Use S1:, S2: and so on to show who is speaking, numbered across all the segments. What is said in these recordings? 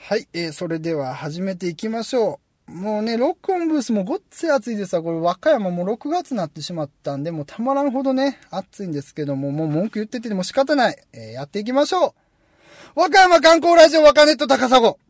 S1: はい、それでは始めていきましょう。もうね、録音ブースもごっつい暑いですわ。これ、和歌山も6月になってしまったんで、もうたまらんほどね、暑いんですけども、もう文句言ってても仕方ない。やっていきましょう。和歌山観光ラジオ和歌ネット高砂。はい、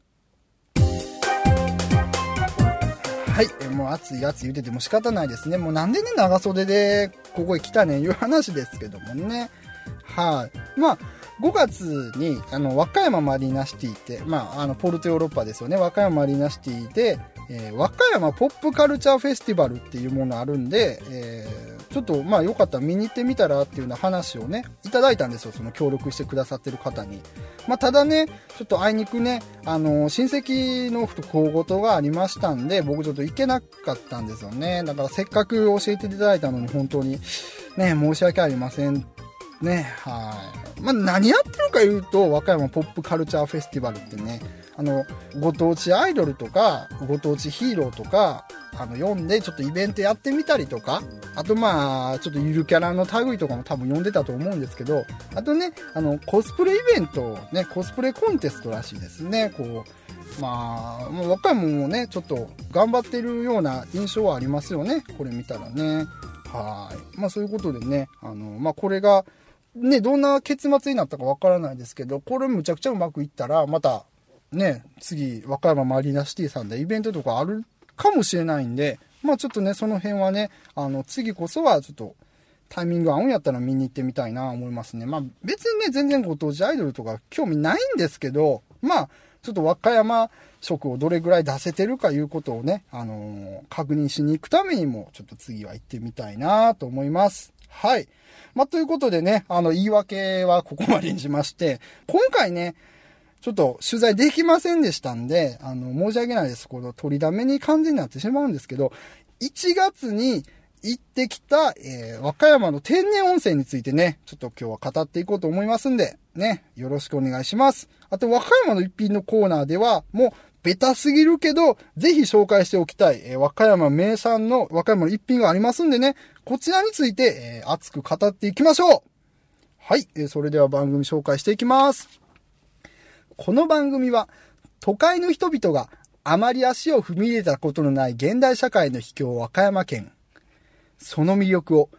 S1: もう暑い言ってても仕方ないですね。もうなんでね、長袖でここへ来たねんいう話ですけどもね。はい。まあ、5月に和歌山マリーナシティって、ポルトヨーロッパですよね。和歌山マリーナシティで、和歌山ポップカルチャーフェスティバルっていうものあるんで、ちょっとよかったら見に行ってみたらっていうような話をねいただいたんですよ。その協力してくださってる方に。ただね、ちょっとあいにくね、親戚の不幸事がありましたんで、僕ちょっと行けなかったんですよね。だからせっかく教えていただいたのに本当にね、申し訳ありませんね。はい。何やってるか言うと、和歌山ポップカルチャーフェスティバルってね、ご当地アイドルとかご当地ヒーローとか読んでちょっとイベントやってみたりとか、あとちょっとゆるキャラの類とかも多分読んでたと思うんですけど、あとねコスプレイベントね、コスプレコンテストらしいですね。こうもう和歌山もねちょっと頑張ってるような印象はありますよね、これ見たらね。はい。そういうことでね、これがねどんな結末になったかわからないですけど、これむちゃくちゃうまくいったらまたね、次和歌山マリーナシティさんでイベントとかあるかもしれないんで、ちょっとねその辺はね次こそはちょっとタイミング合うんやったら見に行ってみたいな思いますね。別にね全然ご当地アイドルとか興味ないんですけど、ちょっと和歌山色をどれぐらい出せてるかいうことをね、確認しに行くためにもちょっと次は行ってみたいなと思います。はい。ということでね、言い訳はここまでにしまして、今回ねちょっと取材できませんでしたんで、申し訳ないです。この取りだめに完全になってしまうんですけど、1月に行ってきた、和歌山の天然温泉についてね、ちょっと今日は語っていこうと思いますんで、ね、よろしくお願いします。あと、和歌山の一品のコーナーでは、もう、ベタすぎるけど、ぜひ紹介しておきたい、和歌山名産の和歌山の一品がありますんでね、こちらについて、熱く語っていきましょう。はい、それでは番組紹介していきます。この番組は都会の人々があまり足を踏み入れたことのない現代社会の秘境和歌山県、その魅力を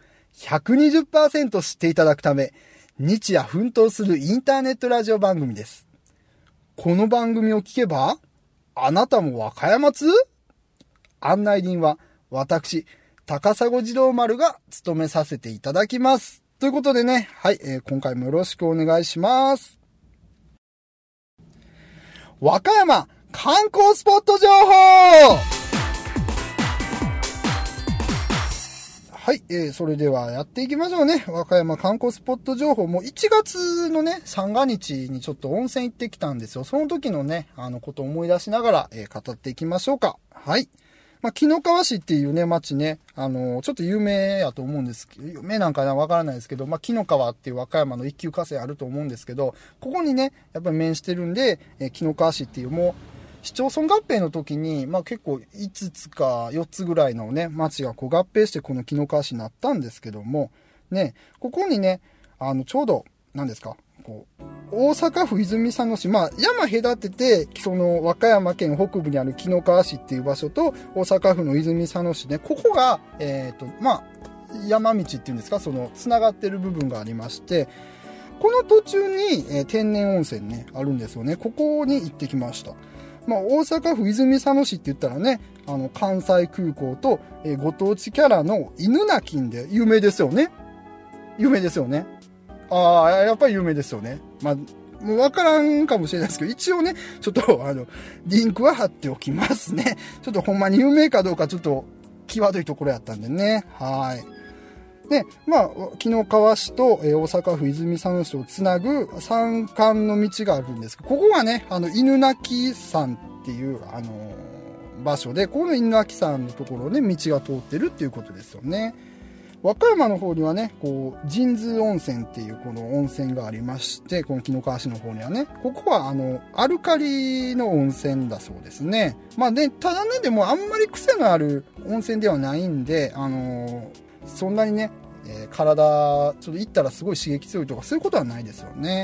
S1: 120% 知っていただくため日夜奮闘するインターネットラジオ番組です。この番組を聞けばあなたも和歌山通？案内人は私高砂児童丸が務めさせていただきます。ということでね、はい、今回もよろしくお願いします。和歌山観光スポット情報。はい、それではやっていきましょうね。和歌山観光スポット情報。もう1月のね、三が日にちょっと温泉行ってきたんですよ。その時のね、ことを思い出しながら、語っていきましょうか。はい。紀の川市っていうね、町ね、ちょっと有名やと思うんですけど、有名なんかなわからないですけど、紀の川っていう和歌山の一級河川あると思うんですけど、ここにね、やっぱり面してるんで、紀の川市っていうもう、市町村合併の時に、結構5つか4つぐらいのね、町がこう合併してこの紀の川市になったんですけども、ね、ここにね、ちょうど、何ですか、こう、大阪府泉佐野市、山隔てて、その和歌山県北部にある紀の川市っていう場所と、大阪府の泉佐野市ね、ここが、山道っていうんですか、その、繋がってる部分がありまして、この途中に、天然温泉ね、あるんですよね。ここに行ってきました。大阪府泉佐野市って言ったらね、関西空港と、ご当地キャラの犬鳴で有名ですよね。有名ですよね。やっぱり有名ですよね。もうわからんかもしれないですけど、一応ね、ちょっとリンクは貼っておきますね。ちょっとほんまに有名かどうかちょっと際どいところやったんでね。はい。で、紀の川市と、大阪府泉佐野市をつなぐ山間の道があるんですけど、ここがね、犬鳴山っていう、場所で、この犬鳴山のところで道が通ってるっていうことですよね。和歌山の方にはね、こう、神通温泉っていうこの温泉がありまして、この紀の川市の方にはね、ここはアルカリの温泉だそうですね。で、ただね、でもあんまり癖のある温泉ではないんで、そんなにね、体、ちょっと行ったらすごい刺激強いとかそういうことはないですよね。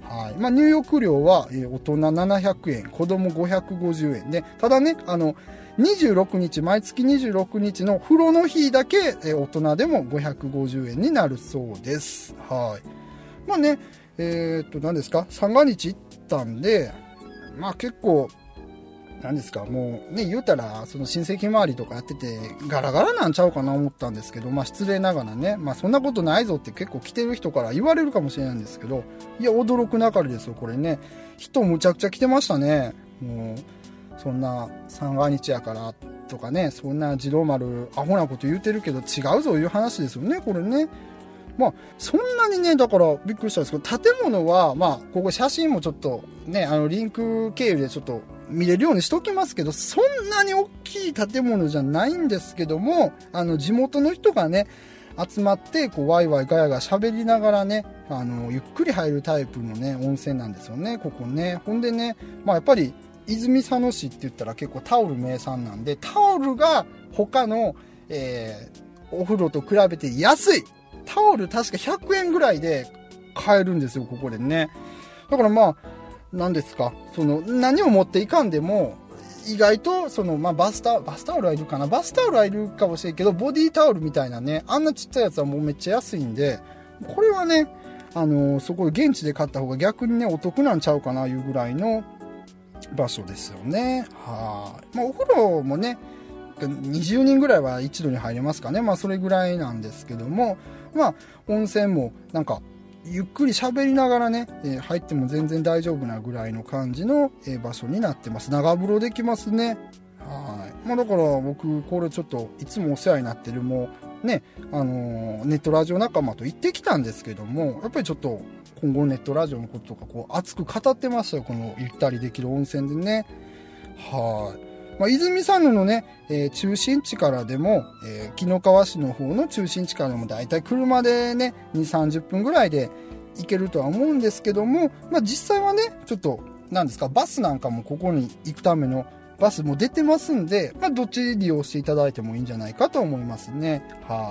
S1: はい。まあ、入浴料は、大人700円、子供550円で、ただね、26日、毎月26日の風呂の日だけ、大人でも550円になるそうです。はい。まあね、何ですか、三が日行ったんで、まあ結構、何ですか、もうね、言うたら、その親戚周りとかやってて、ガラガラなんちゃうかな思ったんですけど、まあ失礼ながらね、まあそんなことないぞって結構来てる人から言われるかもしれないんですけど、いや、驚くなかれですよ、これね。人むちゃくちゃ来てましたね。もう、そんな三が日やからとかね、そんな二郎丸アホなこと言うてるけど違うぞいう話ですよね、これね。まあ、そんなにね、だからびっくりしたんですけど、建物は、まあ、ここ写真もちょっとね、リンク経由でちょっと見れるようにしときますけど、そんなに大きい建物じゃないんですけども、地元の人がね、集まって、こう、ワイワイガヤガヤ喋りながらね、ゆっくり入るタイプのね、温泉なんですよね、ここね。ほんでね、まあ、やっぱり、泉佐野市って言ったら結構タオル名産なんで、タオルが他の、お風呂と比べて安い。タオル確か100円ぐらいで買えるんですよ、ここでね。だからまあ、何ですか、何を持っていかんでも、意外と、まあ、バスタオルはいるかな、バスタオルはいるかもしれんけど、ボディタオルみたいなね、あんなちっちゃいやつはもうめっちゃ安いんで、これはね、そこで現地で買った方が逆にね、お得なんちゃうかな、いうぐらいの場所ですよね。はい。まあ、お風呂もね、20人ぐらいは一度に入れますかね。まあ、それぐらいなんですけども、まあ、温泉もなんか、ゆっくり喋りながらね、入っても全然大丈夫なぐらいの感じの、場所になってます。長風呂できますね。はい。まあ、だから僕、これちょっといつもお世話になってるもう、ね、ネットラジオ仲間と行ってきたんですけども、やっぱりちょっと今後ネットラジオのこととかこう熱く語ってましたよ。このゆったりできる温泉でね。はい。まあ、泉佐野のね、中心地からでも、紀の川市の方の中心地からでもだいたい車でね、2、30分ぐらいで行けるとは思うんですけども、まあ、実際はね、ちょっと、なんですか、バスなんかもここに行くためのバスも出てますんで、まあ、どっち利用していただいてもいいんじゃないかと思いますね。はい。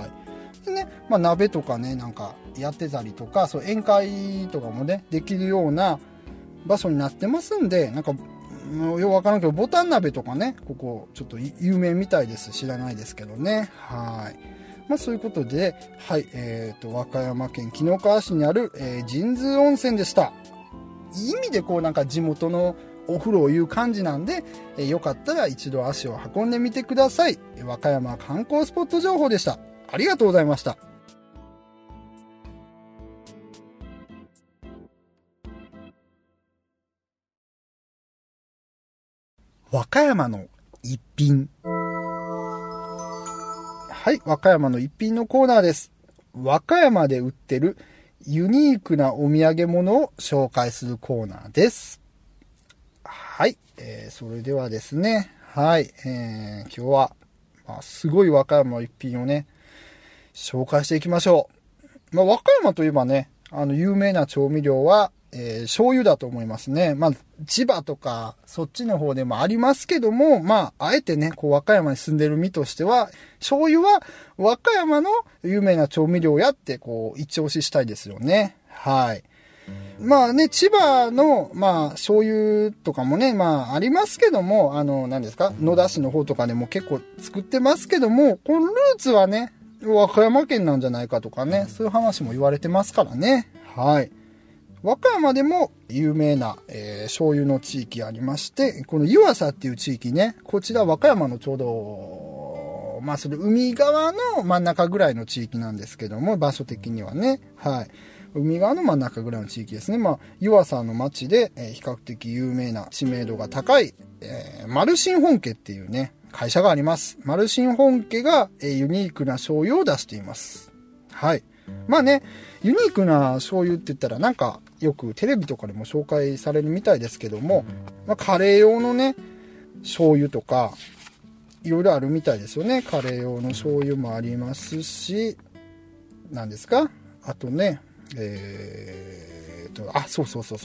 S1: でね、まあ、鍋とかね、なんかやってたりとか、そう宴会とかもね、できるような場所になってますんで、なんか、よくわからんけど、ボタン鍋とかね、ここちょっと有名みたいです。知らないですけどね。はい。まあそういうことで、はい、和歌山県紀の川市にある、神通温泉でした。いい意味でこうなんか地元のお風呂をいう感じなんで、よかったら一度足を運んでみてください。和歌山観光スポット情報でした。ありがとうございました。和歌山の一品。はい、和歌山の一品のコーナーです。和歌山で売ってるユニークなお土産物を紹介するコーナーです。はい、それではですね、はい、今日は、すごい和歌山の一品をね、紹介していきましょう。和歌山といえばね、有名な調味料は、醤油だと思いますね。まあ、千葉とか、そっちの方でもありますけども、まあ、あえてね、こう、和歌山に住んでる身としては、醤油は和歌山の有名な調味料やって、こう、一押ししたいですよね。はい。まあね、千葉の、まあ、醤油とかもね、まあ、ありますけども、何ですか、野田市の方とかでも結構作ってますけども、このルーツはね、和歌山県なんじゃないかとかね、そういう話も言われてますからね。はい。和歌山でも有名な、醤油の地域ありまして、この湯浅っていう地域ね、こちら和歌山のちょうど、まあそれ海側の真ん中ぐらいの地域なんですけども、場所的にはね、はい。海側の真ん中ぐらいの地域ですね。まあ、湯浅の町で、比較的有名な知名度が高い、マルシン本家っていうね、会社があります。マルシン本家が、ユニークな醤油を出しています。はい。まあね、ユニークな醤油って言ったらなんかよくテレビとかでも紹介されるみたいですけども、まあ、カレー用のね、醤油とか、いろいろあるみたいですよね。カレー用の醤油もありますし、何ですか？あとね、そう、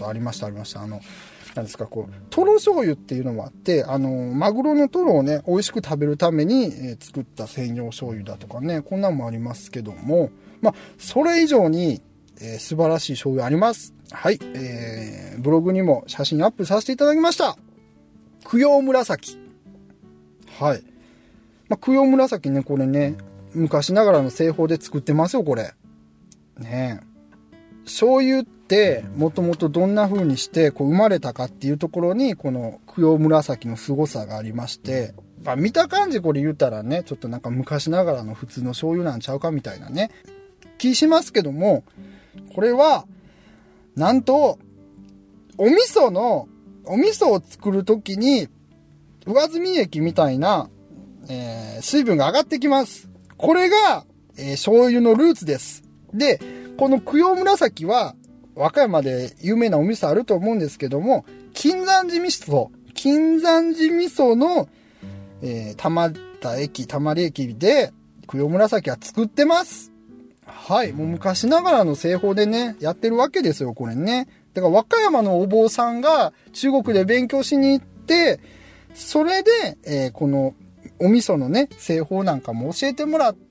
S1: ありました。何ですか、こう、トロ醤油っていうのもあって、マグロのトロをね、美味しく食べるために、作った専用醤油だとかね、こんなんもありますけども、まあ、それ以上に、 素晴らしい醤油あります。はい。ブログにも写真アップさせていただきました。供養紫。はい。供養紫ね、これね、昔ながらの製法で作ってますよ、これ。ねえ。醤油ってもともとどんな風にしてこう生まれたかっていうところにこの供養紫の凄さがありまして、見た感じこれ言ったらね、ちょっとなんか昔ながらの普通の醤油なんちゃうかみたいなね、気しますけども、これはなんとお味噌を作るときに上澄み液みたいな、水分が上がってきます。これが、醤油のルーツです。で、この供養紫は和歌山で有名なお味噌あると思うんですけども、金山寺味噌の、たまり液で供養紫は作ってます。はい、もう昔ながらの製法でね、やってるわけですよ、これね。だから和歌山のお坊さんが中国で勉強しに行って、それで、このお味噌のね、製法なんかも教えてもらって、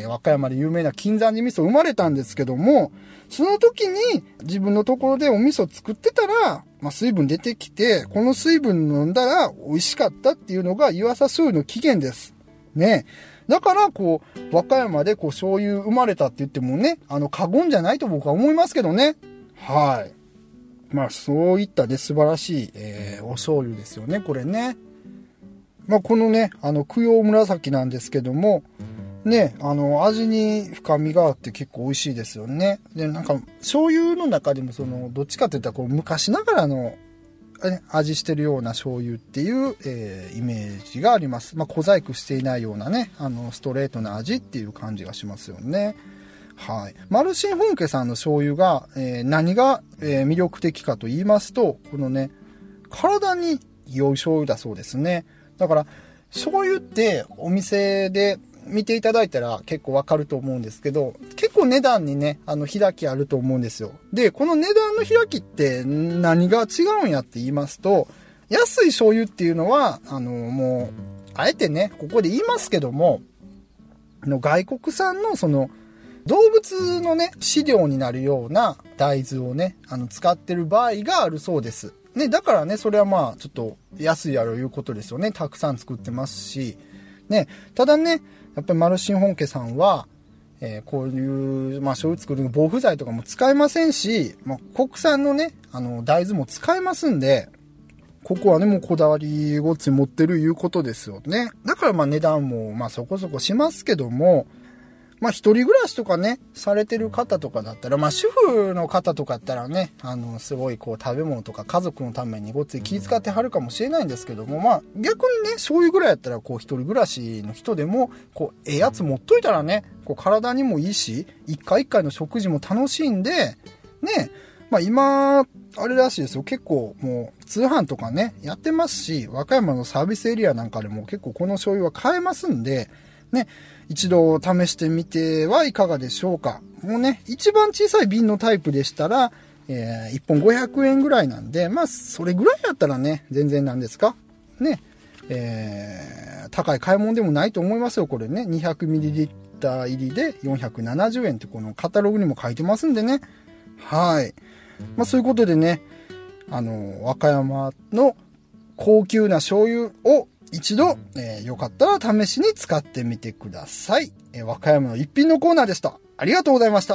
S1: 和歌山で有名な金山寺味噌生まれたんですけども、その時に自分のところでお味噌作ってたら、水分出てきて、この水分飲んだら美味しかったっていうのが湯浅醤油の起源です。ね。だから、こう、和歌山でこう醤油生まれたって言ってもね、過言じゃないと僕は思いますけどね。はい。そういったね、素晴らしい、お醤油ですよね、これね。このね、供養紫なんですけども、ね、味に深みがあって結構美味しいですよね。で、なんか、醤油の中でもどっちかって言ったらこう昔ながらの、味してるような醤油っていう、イメージがあります。小細工していないようなね、ストレートな味っていう感じがしますよね。はい。マルシン本家さんの醤油が、何が、魅力的かと言いますと、このね、体に良い醤油だそうですね。だから、醤油ってお店で見ていただいたら結構わかると思うんですけど、結構値段にね、開きあると思うんですよ。で、この値段の開きって何が違うんやって言いますと、安い醤油っていうのは、もう、あえてね、ここで言いますけども、外国産の動物のね、飼料になるような大豆をね、使ってる場合があるそうです。ね、だからね、それはちょっと安いやろいうことですよね。たくさん作ってますし。ね、ただね、やっぱりマルシン本家さんは、こういう、醤油作る防腐剤とかも使えませんし、国産のね、大豆も使えますんで、ここはね、もうこだわりごっつい持ってるいうことですよね。だから値段もそこそこしますけども、一人暮らしとかね、されてる方とかだったら、主婦の方とかだったらね、すごいこう食べ物とか家族のためにごっつい気遣ってはるかもしれないんですけども、逆にね、醤油ぐらいやったら、こう一人暮らしの人でも、こう、やつ持っといたらね、こう体にもいいし、一回一回の食事も楽しいんで、ね、今、あれらしいですよ。結構もう通販とかね、やってますし、和歌山のサービスエリアなんかでも結構この醤油は買えますんで、ね、一度試してみてはいかがでしょうか。もうね、一番小さい瓶のタイプでしたら、1本500円ぐらいなんで、それぐらいやったらね、全然なんですかね、高い買い物でもないと思いますよ、これね。200ml 入りで470円ってこのカタログにも書いてますんでね。はい。そういうことでね、和歌山の高級な醤油を一度、よかったら試しに使ってみてください。和歌山の一品のコーナーでした。ありがとうございました。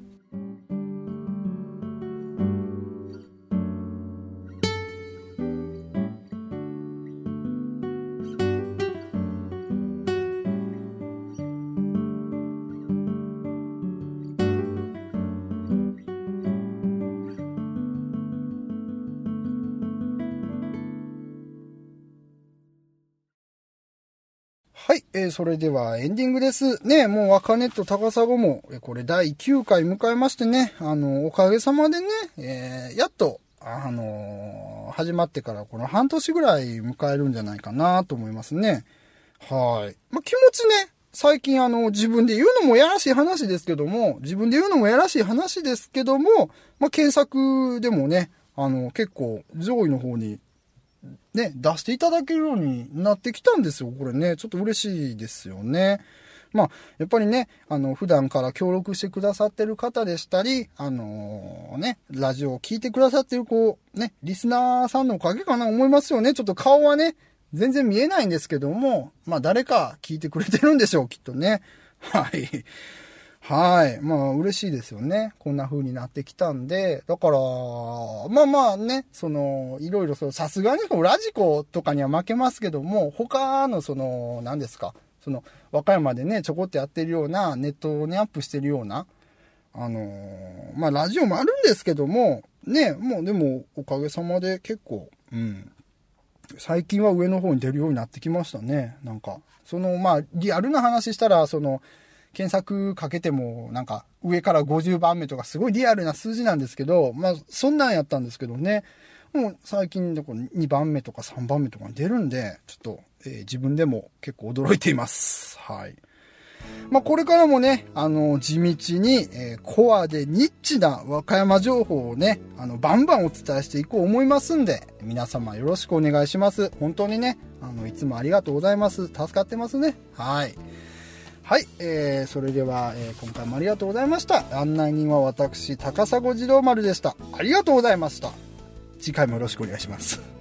S1: はい、それではエンディングです。ね、もう若音と高砂も、これ第9回迎えましてね、おかげさまでね、やっと、始まってからこの半年ぐらい迎えるんじゃないかなと思いますね。はい。気持ちね、最近自分で言うのもやらしい話ですけども、検索でもね、結構上位の方にね、出していただけるようになってきたんですよ。これね、ちょっと嬉しいですよね。 まあ、やっぱりね、普段から協力してくださってる方でしたり、ラジオを聞いてくださってるリスナーさんのおかげかな思いますよね。ちょっと顔はね、全然見えないんですけども、まあ、誰か聞いてくれてるんでしょう、きっとね。はい。はい。まあ、嬉しいですよね。こんな風になってきたんで。だから、まあまあね、いろいろさすがにラジコとかには負けますけども、他の何ですか、和歌山でね、ちょこってやってるような、ネットにアップしてるような、まあ、ラジオもあるんですけども、ね、もうでも、おかげさまで結構、最近は上の方に出るようになってきましたね。なんか、まあ、リアルな話したら、検索かけても、なんか、上から50番目とか、すごいリアルな数字なんですけど、まあ、そんなんやったんですけどね、もう最近2番目とか3番目とかに出るんで、ちょっと、自分でも結構驚いています。はい。まあ、これからもね、地道に、コアでニッチな和歌山情報をね、バンバンお伝えしていこう思いますんで、皆様よろしくお願いします。本当にね、いつもありがとうございます。助かってますね。はい。はい、それでは、今回もありがとうございました。案内人は私、高砂児童丸でした。ありがとうございました。次回もよろしくお願いします。